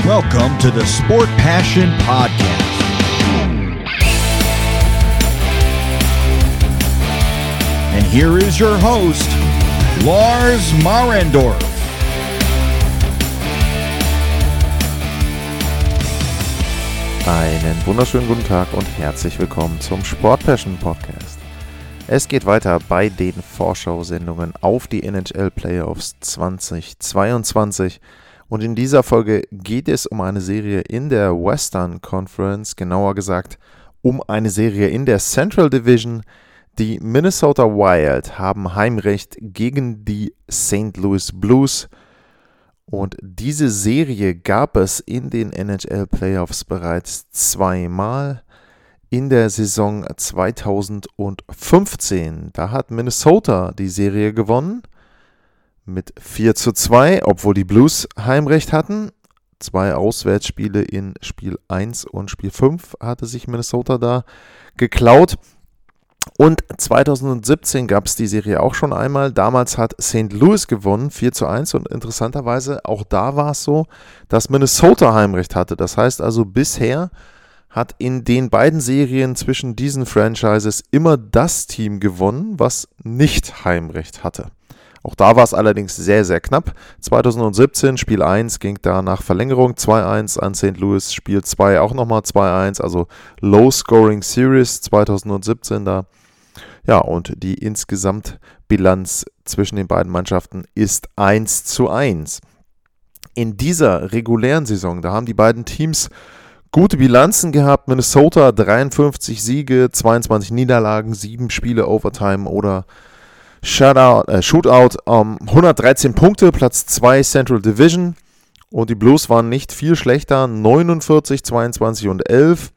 Welcome to the Sport Passion Podcast. And here is your host, Lars Marendorf. Einen wunderschönen guten Tag und herzlich willkommen zum Sport Passion Podcast. Es geht weiter bei den Vorschau-Sendungen auf die NHL Playoffs 2022. Und in dieser Folge geht es um eine Serie in der Western Conference, genauer gesagt um eine Serie in der Central Division. Die Minnesota Wild haben Heimrecht gegen die St. Louis Blues. Und diese Serie gab es in den NHL Playoffs bereits zweimal. In der Saison 2015, da hat Minnesota die Serie gewonnen. Mit 4:2, obwohl die Blues Heimrecht hatten. 2 Auswärtsspiele in Spiel 1 und Spiel 5 hatte sich Minnesota da geklaut. Und 2017 gab es die Serie auch schon einmal. Damals hat St. Louis gewonnen, 4:1. Und interessanterweise, auch da war es so, dass Minnesota Heimrecht hatte. Das heißt also, bisher hat in den beiden Serien zwischen diesen Franchises immer das Team gewonnen, was nicht Heimrecht hatte. Auch da war es allerdings sehr, sehr knapp. 2017, Spiel 1 ging da nach Verlängerung 2:1 an St. Louis, Spiel 2 auch nochmal 2:1, also Low-Scoring Series 2017 da. Ja, und die Insgesamtbilanz zwischen den beiden Mannschaften ist 1:1. In dieser regulären Saison, da haben die beiden Teams gute Bilanzen gehabt. Minnesota 53 Siege, 22 Niederlagen, 7 Spiele Overtime oder Shootout, 113 Punkte, Platz 2 Central Division. Und die Blues waren nicht viel schlechter, 49, 22 und 11.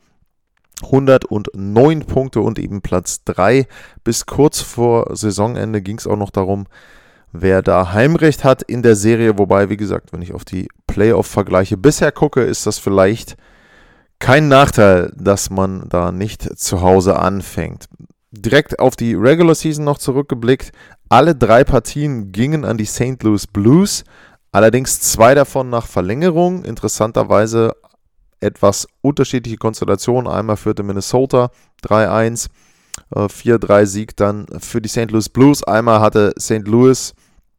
109 Punkte und eben Platz 3. Bis kurz vor Saisonende ging es auch noch darum, wer da Heimrecht hat in der Serie. Wobei, wie gesagt, wenn ich auf die Playoff-Vergleiche bisher gucke, ist das vielleicht kein Nachteil, dass man da nicht zu Hause anfängt. Direkt auf die Regular Season noch zurückgeblickt. Alle 3 Partien gingen an die St. Louis Blues. Allerdings 2 davon nach Verlängerung. Interessanterweise etwas unterschiedliche Konstellationen. Einmal führte Minnesota 3:1, 4:3 Sieg dann für die St. Louis Blues. Einmal hatte St. Louis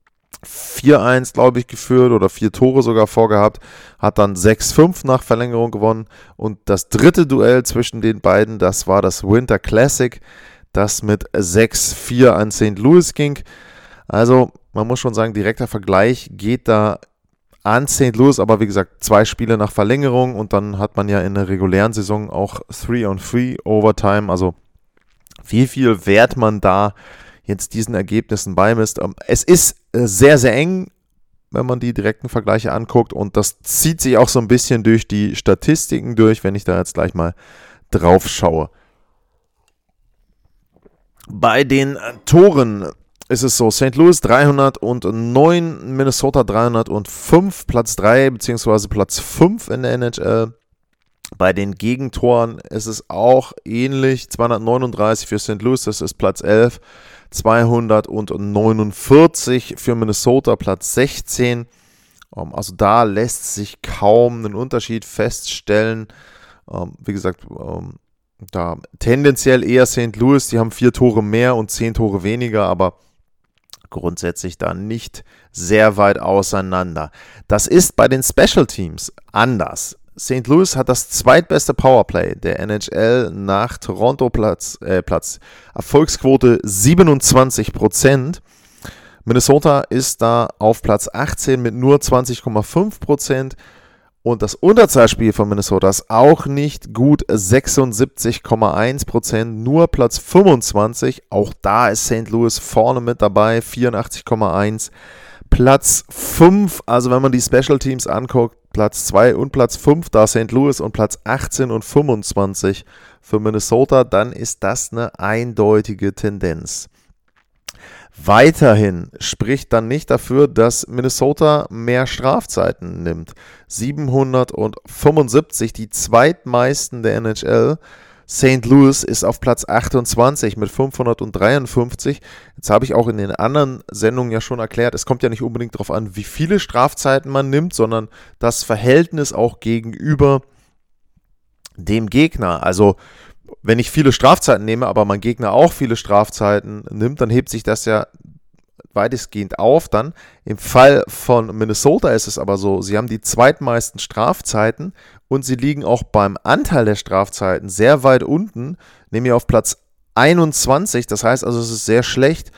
4:1, glaube ich, geführt oder 4 Tore sogar vorgehabt, hat dann 6:5 nach Verlängerung gewonnen. Und das dritte Duell zwischen den beiden, das war das Winter Classic, das mit 6:4 an St. Louis ging. Also man muss schon sagen, direkter Vergleich geht da an St. Louis, aber wie gesagt, 2 Spiele nach Verlängerung und dann hat man ja in der regulären Saison auch 3-on-3 Overtime, also wie viel Wert man da jetzt diesen Ergebnissen beimisst. Es ist sehr, sehr eng, wenn man die direkten Vergleiche anguckt und das zieht sich auch so ein bisschen durch die Statistiken durch, wenn ich da jetzt gleich mal drauf schaue. Bei den Toren ist es so, St. Louis 309, Minnesota 305, Platz 3 bzw. Platz 5 in der NHL. Bei den Gegentoren ist es auch ähnlich, 239 für St. Louis, das ist Platz 11, 249 für Minnesota, Platz 16. Also da lässt sich kaum einen Unterschied feststellen. Wie gesagt, da tendenziell eher St. Louis, die haben 4 Tore mehr und 10 Tore weniger, aber grundsätzlich da nicht sehr weit auseinander. Das ist bei den Special Teams anders. St. Louis hat das zweitbeste Powerplay der NHL nach Toronto, Platz Erfolgsquote 27%. Minnesota ist da auf Platz 18 mit nur 20,5%. Und das Unterzahlspiel von Minnesota ist auch nicht gut, 76,1%, nur Platz 25. Auch da ist St. Louis vorne mit dabei, 84,1%. Platz 5, also wenn man die Special Teams anguckt, Platz 2 und Platz 5, da St. Louis und Platz 18 und 25 für Minnesota, dann ist das eine eindeutige Tendenz. Weiterhin spricht dann nicht dafür, dass Minnesota mehr Strafzeiten nimmt. 775, die zweitmeisten der NHL. St. Louis ist auf Platz 28 mit 553. Jetzt habe ich auch in den anderen Sendungen ja schon erklärt, es kommt ja nicht unbedingt darauf an, wie viele Strafzeiten man nimmt, sondern das Verhältnis auch gegenüber dem Gegner. Also wenn ich viele Strafzeiten nehme, aber mein Gegner auch viele Strafzeiten nimmt, dann hebt sich das ja weitestgehend auf. Dann im Fall von Minnesota ist es aber so, sie haben die zweitmeisten Strafzeiten und sie liegen auch beim Anteil der Strafzeiten sehr weit unten, nämlich auf Platz 21. Das heißt also, es ist sehr schlecht.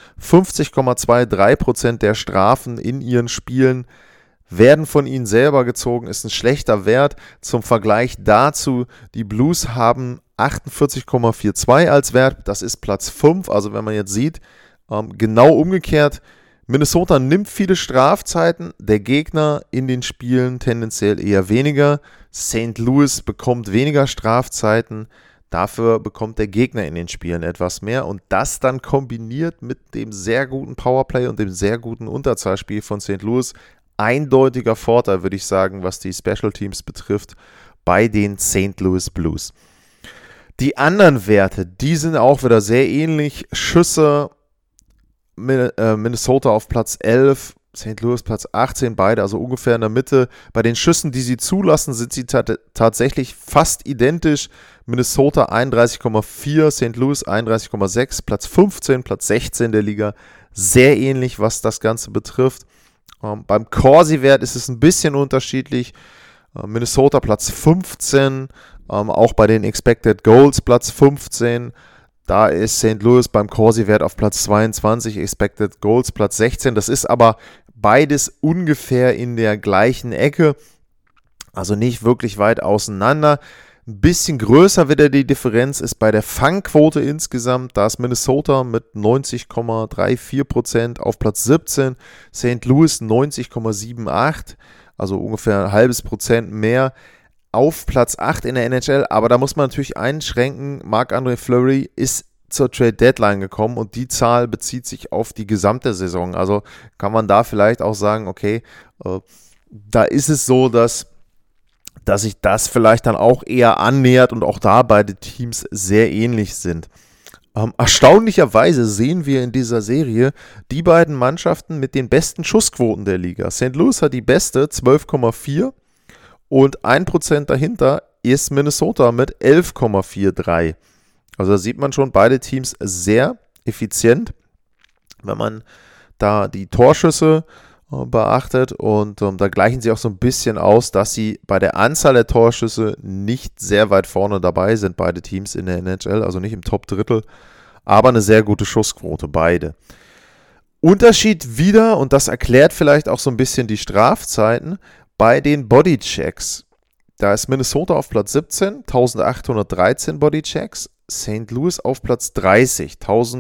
50,23% der Strafen in ihren Spielen werden von ihnen selber gezogen, ist ein schlechter Wert. Zum Vergleich dazu, die Blues haben 48,42 als Wert, das ist Platz 5. Also wenn man jetzt sieht, genau umgekehrt, Minnesota nimmt viele Strafzeiten, der Gegner in den Spielen tendenziell eher weniger. St. Louis bekommt weniger Strafzeiten, dafür bekommt der Gegner in den Spielen etwas mehr. Und das dann kombiniert mit dem sehr guten Powerplay und dem sehr guten Unterzahlspiel von St. Louis. Eindeutiger Vorteil, würde ich sagen, was die Special Teams betrifft, bei den St. Louis Blues. Die anderen Werte, die sind auch wieder sehr ähnlich. Schüsse, Minnesota auf Platz 11, St. Louis Platz 18, beide also ungefähr in der Mitte. Bei den Schüssen, die sie zulassen, sind sie tatsächlich fast identisch. Minnesota 31,4, St. Louis 31,6, Platz 15, Platz 16 der Liga. Sehr ähnlich, was das Ganze betrifft. Beim Corsi-Wert ist es ein bisschen unterschiedlich. Minnesota Platz 15, auch bei den Expected Goals Platz 15. Da ist St. Louis beim Corsi-Wert auf Platz 22, Expected Goals Platz 16. Das ist aber beides ungefähr in der gleichen Ecke, also nicht wirklich weit auseinander. Ein bisschen größer wieder die Differenz ist bei der Fangquote insgesamt. Da ist Minnesota mit 90,34% auf Platz 17, St. Louis 90,78%, also ungefähr ein halbes Prozent mehr auf Platz 8 in der NHL, aber da muss man natürlich einschränken, Marc-André Fleury ist zur Trade Deadline gekommen und die Zahl bezieht sich auf die gesamte Saison, also kann man da vielleicht auch sagen, okay, da ist es so, dass sich das vielleicht dann auch eher annähert und auch da beide Teams sehr ähnlich sind. Erstaunlicherweise sehen wir in dieser Serie die beiden Mannschaften mit den besten Schussquoten der Liga. St. Louis hat die beste, 12,4. Und 1% dahinter ist Minnesota mit 11,43. Also da sieht man schon, beide Teams sehr effizient, wenn man da die Torschüsse beachtet. Und da gleichen sie auch so ein bisschen aus, dass sie bei der Anzahl der Torschüsse nicht sehr weit vorne dabei sind, beide Teams in der NHL, also nicht im Top-Drittel, aber eine sehr gute Schussquote, beide. Unterschied wieder, und das erklärt vielleicht auch so ein bisschen die Strafzeiten, bei den Bodychecks. Da ist Minnesota auf Platz 17, 1813 Bodychecks, St. Louis auf Platz 30,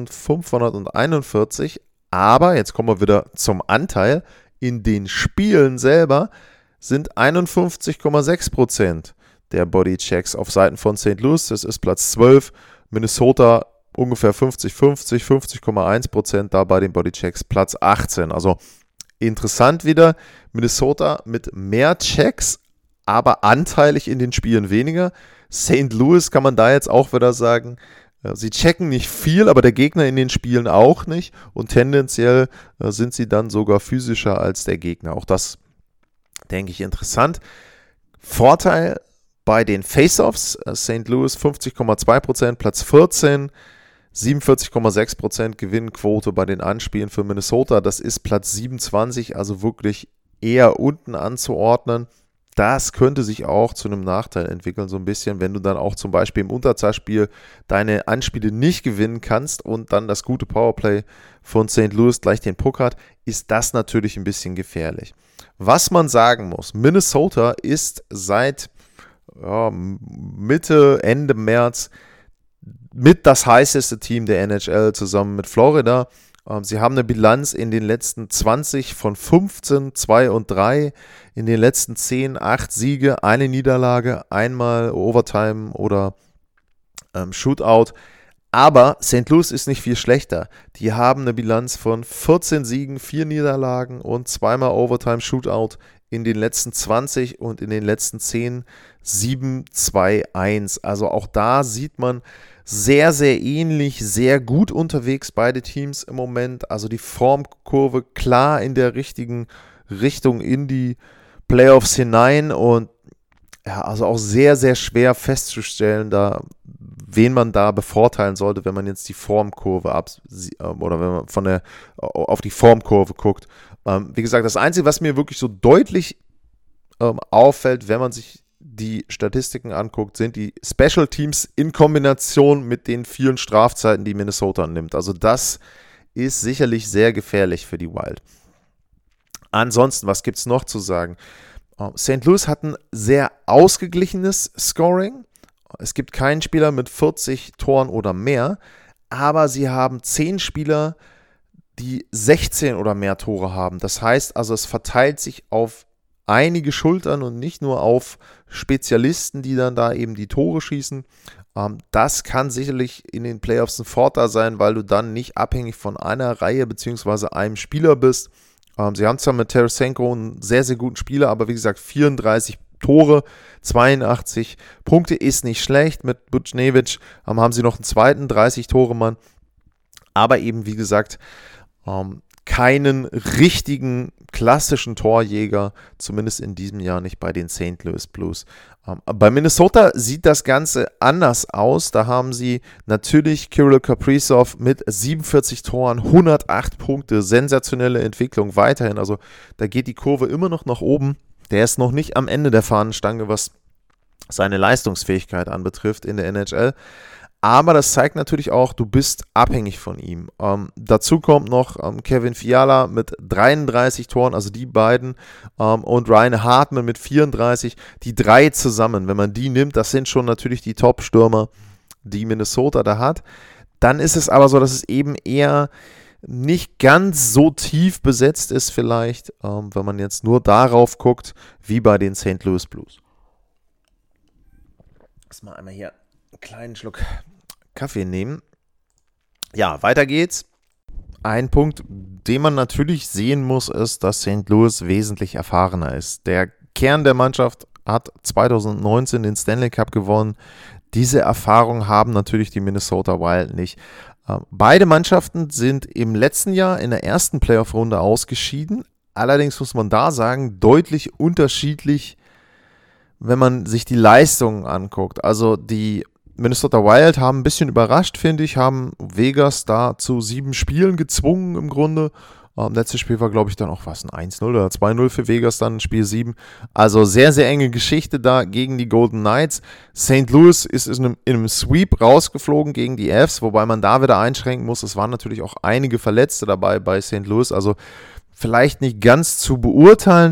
1541, aber, jetzt kommen wir wieder zum Anteil, in den Spielen selber sind 51,6% der Bodychecks auf Seiten von St. Louis, das ist Platz 12, Minnesota ungefähr 50-50, 50,1% da bei den Bodychecks, Platz 18, also interessant wieder, Minnesota mit mehr Checks, aber anteilig in den Spielen weniger. St. Louis kann man da jetzt auch wieder sagen, sie checken nicht viel, aber der Gegner in den Spielen auch nicht und tendenziell sind sie dann sogar physischer als der Gegner. Auch das, denke ich, interessant. Vorteil bei den Face-Offs, St. Louis 50,2%, Platz 14, 47,6% Gewinnquote bei den Anspielen für Minnesota. Das ist Platz 27, also wirklich eher unten anzuordnen. Das könnte sich auch zu einem Nachteil entwickeln, so ein bisschen, wenn du dann auch zum Beispiel im Unterzahlspiel deine Anspiele nicht gewinnen kannst und dann das gute Powerplay von St. Louis gleich den Puck hat, ist das natürlich ein bisschen gefährlich. Was man sagen muss, Minnesota ist seit Mitte, Ende März mit das heißeste Team der NHL zusammen mit Florida. Sie haben eine Bilanz in den letzten 20 von 15, 2 und 3. In den letzten 10, 8 Siege, eine Niederlage, einmal Overtime oder Shootout. Aber St. Louis ist nicht viel schlechter. Die haben eine Bilanz von 14 Siegen, 4 Niederlagen und zweimal Overtime-Shootout in den letzten 20 und in den letzten 10 7-2-1. Also auch da sieht man sehr, sehr ähnlich, sehr gut unterwegs beide Teams im Moment. Also die Formkurve klar in der richtigen Richtung in die Playoffs hinein und ja, also auch sehr, sehr schwer festzustellen, wen man da bevorteilen sollte, wenn man jetzt die Formkurve oder wenn man auf die Formkurve guckt. Wie gesagt, das Einzige, was mir wirklich so deutlich auffällt, wenn man sich die Statistiken anguckt, sind die Special Teams in Kombination mit den vielen Strafzeiten, die Minnesota nimmt. Also das ist sicherlich sehr gefährlich für die Wild. Ansonsten, was gibt es noch zu sagen? St. Louis hat ein sehr ausgeglichenes Scoring. Es gibt keinen Spieler mit 40 Toren oder mehr, aber sie haben 10 Spieler, die 16 oder mehr Tore haben. Das heißt also, es verteilt sich auf einige Schultern und nicht nur auf Spezialisten, die dann da eben die Tore schießen. Das kann sicherlich in den Playoffs ein Vorteil sein, weil du dann nicht abhängig von einer Reihe bzw. einem Spieler bist. Sie haben zwar mit Tarasenko einen sehr, sehr guten Spieler, aber wie gesagt, 34 Tore, 82 Punkte ist nicht schlecht. Mit Buchnevich haben sie noch einen zweiten 30-Tore-Mann, aber eben, wie gesagt, keinen richtigen klassischen Torjäger, zumindest in diesem Jahr nicht bei den St. Louis Blues. Bei Minnesota sieht das Ganze anders aus. Da haben sie natürlich Kirill Kaprizov mit 47 Toren, 108 Punkte, sensationelle Entwicklung weiterhin. Also da geht die Kurve immer noch nach oben. Der ist noch nicht am Ende der Fahnenstange, was seine Leistungsfähigkeit anbetrifft in der NHL. Aber das zeigt natürlich auch, du bist abhängig von ihm. Dazu kommt noch Kevin Fiala mit 33 Toren, also die beiden, und Ryan Hartman mit 34. Die drei zusammen, wenn man die nimmt, das sind schon natürlich die Top-Stürmer, die Minnesota da hat. Dann ist es aber so, dass es eben eher nicht ganz so tief besetzt ist vielleicht, wenn man jetzt nur darauf guckt, wie bei den St. Louis Blues. Lass mal einmal hier einen kleinen Schluck Kaffee nehmen. Ja, weiter geht's. Ein Punkt, den man natürlich sehen muss, ist, dass St. Louis wesentlich erfahrener ist. Der Kern der Mannschaft hat 2019 den Stanley Cup gewonnen. Diese Erfahrung haben natürlich die Minnesota Wild nicht. Beide Mannschaften sind im letzten Jahr in der ersten Playoff-Runde ausgeschieden. Allerdings muss man da sagen, deutlich unterschiedlich, wenn man sich die Leistungen anguckt. Also die Minnesota Wild haben ein bisschen überrascht, finde ich, haben Vegas da zu 7 Spielen gezwungen im Grunde. Letztes Spiel war, glaube ich, dann auch ein 1-0 oder 2-0 für Vegas, dann Spiel 7. Also sehr, sehr enge Geschichte da gegen die Golden Knights. St. Louis ist in einem Sweep rausgeflogen gegen die Avs, wobei man da wieder einschränken muss. Es waren natürlich auch einige Verletzte dabei bei St. Louis, also vielleicht nicht ganz zu beurteilen.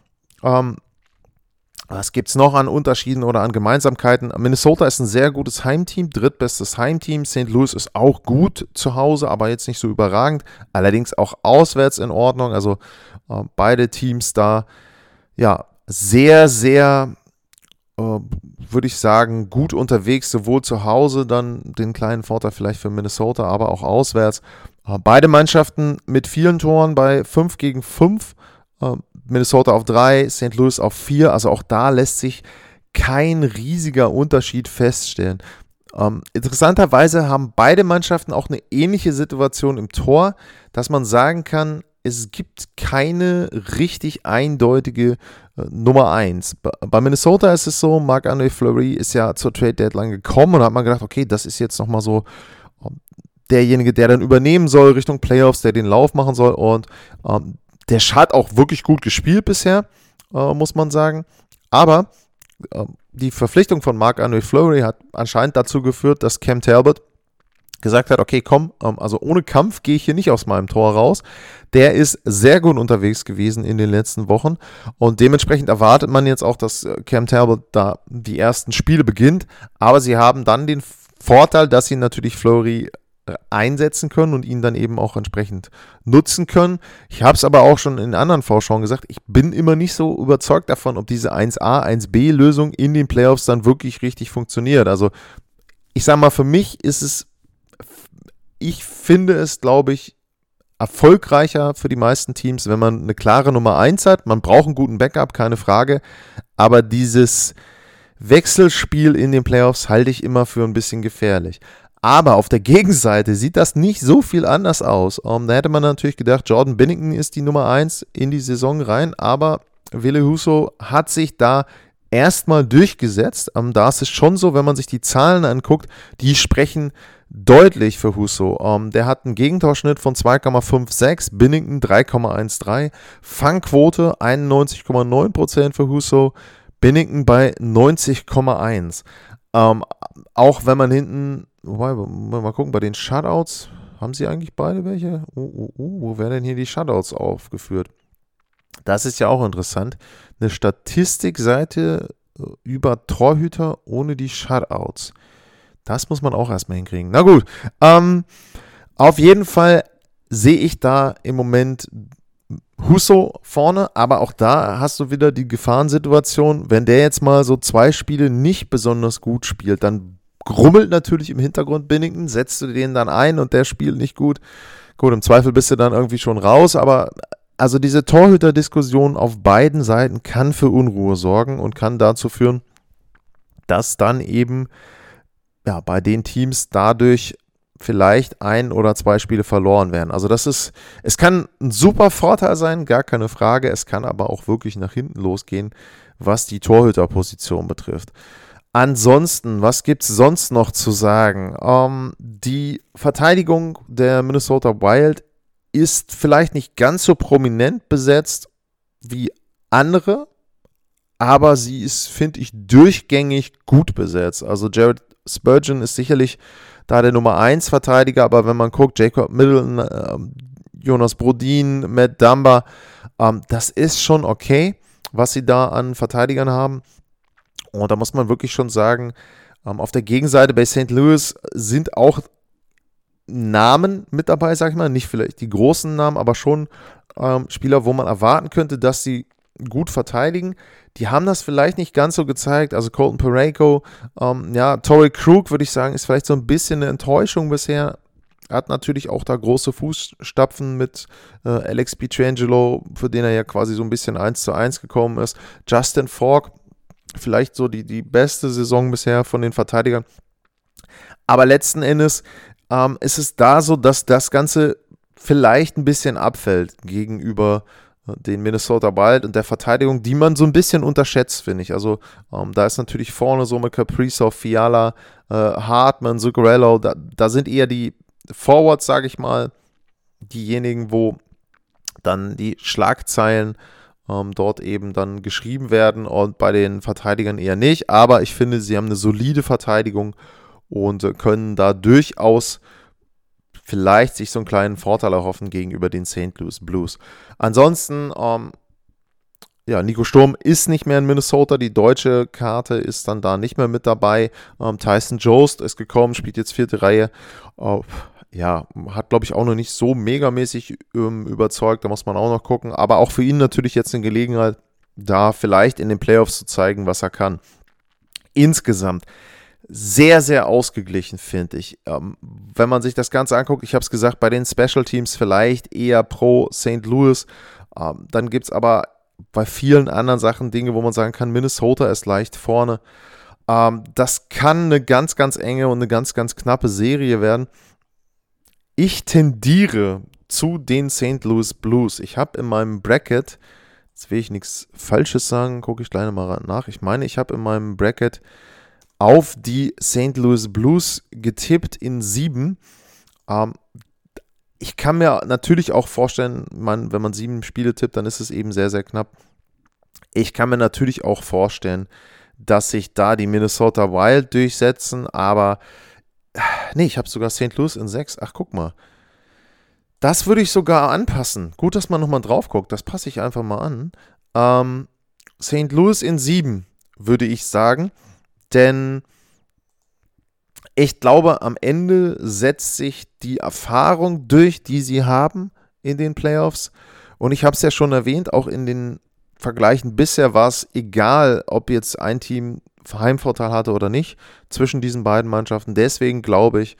Was gibt es noch an Unterschieden oder an Gemeinsamkeiten? Minnesota ist ein sehr gutes Heimteam, drittbestes Heimteam. St. Louis ist auch gut zu Hause, aber jetzt nicht so überragend. Allerdings auch auswärts in Ordnung. Also beide Teams da ja sehr, sehr, würde ich sagen, gut unterwegs. Sowohl zu Hause dann den kleinen Vorteil vielleicht für Minnesota, aber auch auswärts. Beide Mannschaften mit vielen Toren bei 5-5. Minnesota auf 3, St. Louis auf 4, also auch da lässt sich kein riesiger Unterschied feststellen. Interessanterweise haben beide Mannschaften auch eine ähnliche Situation im Tor, dass man sagen kann, es gibt keine richtig eindeutige Nummer 1. Bei Minnesota ist es so, Marc-André Fleury ist ja zur Trade-Deadline gekommen und da hat man gedacht, okay, das ist jetzt nochmal so derjenige, der dann übernehmen soll Richtung Playoffs, der den Lauf machen soll und der hat auch wirklich gut gespielt bisher, muss man sagen. Aber die Verpflichtung von Marc-André Fleury hat anscheinend dazu geführt, dass Cam Talbot gesagt hat, okay, komm, also ohne Kampf gehe ich hier nicht aus meinem Tor raus. Der ist sehr gut unterwegs gewesen in den letzten Wochen und dementsprechend erwartet man jetzt auch, dass Cam Talbot da die ersten Spiele beginnt. Aber sie haben dann den Vorteil, dass sie natürlich Fleury einsetzen können und ihn dann eben auch entsprechend nutzen können. Ich habe es aber auch schon in anderen Vorschauen gesagt, ich bin immer nicht so überzeugt davon, ob diese 1A, 1B-Lösung in den Playoffs dann wirklich richtig funktioniert. Also ich sage mal, für mich ist es ich finde es, glaube ich, erfolgreicher für die meisten Teams, wenn man eine klare Nummer 1 hat. Man braucht einen guten Backup, keine Frage. Aber dieses Wechselspiel in den Playoffs halte ich immer für ein bisschen gefährlich. Aber auf der Gegenseite sieht das nicht so viel anders aus. Da hätte man natürlich gedacht, Jordan Binnington ist die Nummer 1 in die Saison rein, aber Ville Husso hat sich da erstmal durchgesetzt. Da ist es schon so, wenn man sich die Zahlen anguckt, die sprechen deutlich für Husso. Der hat einen Gegentorschnitt von 2,56, Binnington 3,13, Fangquote 91,9% für Husso, Binnington bei 90,1. Auch wenn man hinten, wobei, mal gucken, bei den Shutouts, haben sie eigentlich beide welche? Wo werden denn hier die Shutouts aufgeführt? Das ist ja auch interessant. Eine Statistikseite über Torhüter ohne die Shutouts. Das muss man auch erstmal hinkriegen. Na gut, auf jeden Fall sehe ich da im Moment Husso vorne, aber auch da hast du wieder die Gefahrensituation, wenn der jetzt mal so 2 Spiele nicht besonders gut spielt, dann grummelt natürlich im Hintergrund Binnington, setzt du den dann ein und der spielt nicht gut. Gut, im Zweifel bist du dann irgendwie schon raus, aber also diese Torhüter-Diskussion auf beiden Seiten kann für Unruhe sorgen und kann dazu führen, dass dann eben bei den Teams dadurch vielleicht 1 oder 2 Spiele verloren werden. Also es kann ein super Vorteil sein, gar keine Frage. Es kann aber auch wirklich nach hinten losgehen, was die Torhüterposition betrifft. Ansonsten, was gibt es sonst noch zu sagen? Die Verteidigung der Minnesota Wild ist vielleicht nicht ganz so prominent besetzt wie andere, aber sie ist, finde ich, durchgängig gut besetzt. Also Jared Spurgeon ist sicherlich da der Nummer 1 Verteidiger, aber wenn man guckt, Jacob Middleton, Jonas Brodin, Matt Dumba, das ist schon okay, was sie da an Verteidigern haben. Und da muss man wirklich schon sagen, auf der Gegenseite bei St. Louis sind auch Namen mit dabei, sag ich mal, nicht vielleicht die großen Namen, aber schon Spieler, wo man erwarten könnte, dass sie gut verteidigen. Die haben das vielleicht nicht ganz so gezeigt, also Colton Parayko, Torrey Krug, würde ich sagen, ist vielleicht so ein bisschen eine Enttäuschung bisher. Hat natürlich auch da große Fußstapfen mit Alex Pietrangelo, für den er ja quasi so ein bisschen 1:1 gekommen ist. Justin Falk, vielleicht so die beste Saison bisher von den Verteidigern. Aber letzten Endes ist es da so, dass das Ganze vielleicht ein bisschen abfällt gegenüber den Minnesota Wild und der Verteidigung, die man so ein bisschen unterschätzt, finde ich. Also da ist natürlich vorne so mit Kaprizov, Fiala, Hartman, Zuccarello, da sind eher die Forwards, sage ich mal, diejenigen, wo dann die Schlagzeilen dort eben dann geschrieben werden und bei den Verteidigern eher nicht. Aber ich finde, sie haben eine solide Verteidigung und können da durchaus vielleicht sich so einen kleinen Vorteil erhoffen gegenüber den St. Louis Blues. Ansonsten, Nico Sturm ist nicht mehr in Minnesota, die deutsche Karte ist dann da nicht mehr mit dabei. Tyson Jost ist gekommen, spielt jetzt 4. Reihe. Hat, glaube ich, auch noch nicht so megamäßig überzeugt, da muss man auch noch gucken. Aber auch für ihn natürlich jetzt eine Gelegenheit, da vielleicht in den Playoffs zu zeigen, was er kann. Insgesamt sehr, sehr ausgeglichen, finde ich. Wenn man sich das Ganze anguckt, ich habe es gesagt, bei den Special Teams vielleicht eher pro St. Louis. Dann gibt es aber bei vielen anderen Sachen Dinge, wo man sagen kann, Minnesota ist leicht vorne. Das kann eine ganz, ganz enge und eine ganz, ganz knappe Serie werden. Ich tendiere zu den St. Louis Blues. Ich habe in meinem Bracket, jetzt will ich nichts Falsches sagen, gucke ich gleich mal nach. Ich meine, ich habe in meinem Bracket auf die St. Louis Blues getippt in 7. Ich kann mir natürlich auch vorstellen, wenn man 7 Spiele tippt, dann ist es eben sehr, sehr knapp. Ich kann mir natürlich auch vorstellen, dass sich da die Minnesota Wild durchsetzen, aber nee, ich habe sogar St. Louis in 6. Ach, guck mal. Das würde ich sogar anpassen. Gut, dass man nochmal drauf guckt. Das passe ich einfach mal an. St. Louis in 7, würde ich sagen. Denn ich glaube, am Ende setzt sich die Erfahrung durch, die sie haben in den Playoffs. Und ich habe es ja schon erwähnt, auch in den Vergleichen bisher war es egal, ob jetzt ein Team Heimvorteil hatte oder nicht zwischen diesen beiden Mannschaften. Deswegen glaube ich,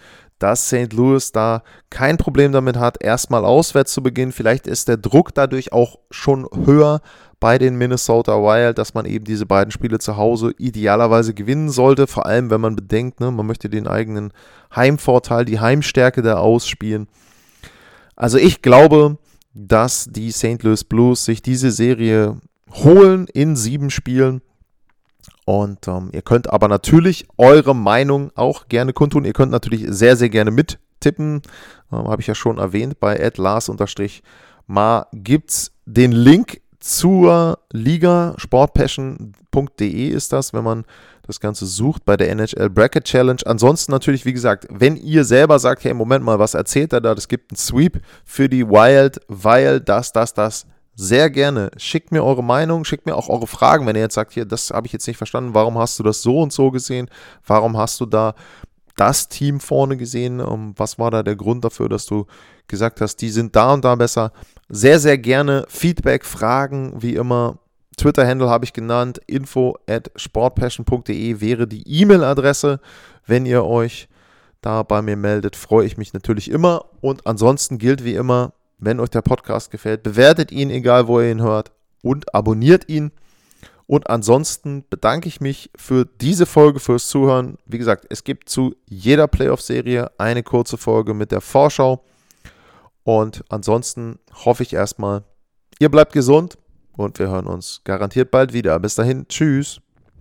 dass St. Louis da kein Problem damit hat, erstmal auswärts zu beginnen. Vielleicht ist der Druck dadurch auch schon höher bei den Minnesota Wild, dass man eben diese beiden Spiele zu Hause idealerweise gewinnen sollte. Vor allem, wenn man bedenkt, ne, man möchte den eigenen Heimvorteil, die Heimstärke da ausspielen. Also ich glaube, dass die St. Louis Blues sich diese Serie holen in 7 Spielen. Und ihr könnt aber natürlich eure Meinung auch gerne kundtun. Ihr könnt natürlich sehr, sehr gerne mittippen. Habe ich ja schon erwähnt, bei @lars_mar gibt es den Link zur Liga. Sportpassion.de ist das, wenn man das Ganze sucht bei der NHL Bracket Challenge. Ansonsten natürlich, wie gesagt, wenn ihr selber sagt, hey, Moment mal, was erzählt er da? Es gibt einen Sweep für die Wild, weil das. Sehr gerne. Schickt mir eure Meinung, schickt mir auch eure Fragen, wenn ihr jetzt sagt, hier, das habe ich jetzt nicht verstanden, warum hast du das so und so gesehen? Warum hast du da das Team vorne gesehen? Was war da der Grund dafür, dass du gesagt hast, die sind da und da besser? Sehr, sehr gerne Feedback, Fragen, wie immer. Twitter-Handle habe ich genannt, info@sportpassion.de wäre die E-Mail-Adresse. Wenn ihr euch da bei mir meldet, freue ich mich natürlich immer. Und ansonsten gilt wie immer, wenn euch der Podcast gefällt, bewertet ihn, egal wo ihr ihn hört, und abonniert ihn. Und ansonsten bedanke ich mich für diese Folge, fürs Zuhören. Wie gesagt, es gibt zu jeder Playoff-Serie eine kurze Folge mit der Vorschau. Und ansonsten hoffe ich erstmal, ihr bleibt gesund und wir hören uns garantiert bald wieder. Bis dahin, tschüss.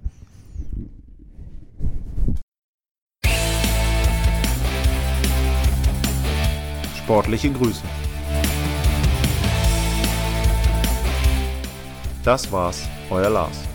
Sportliche Grüße. Das war's, euer Lars.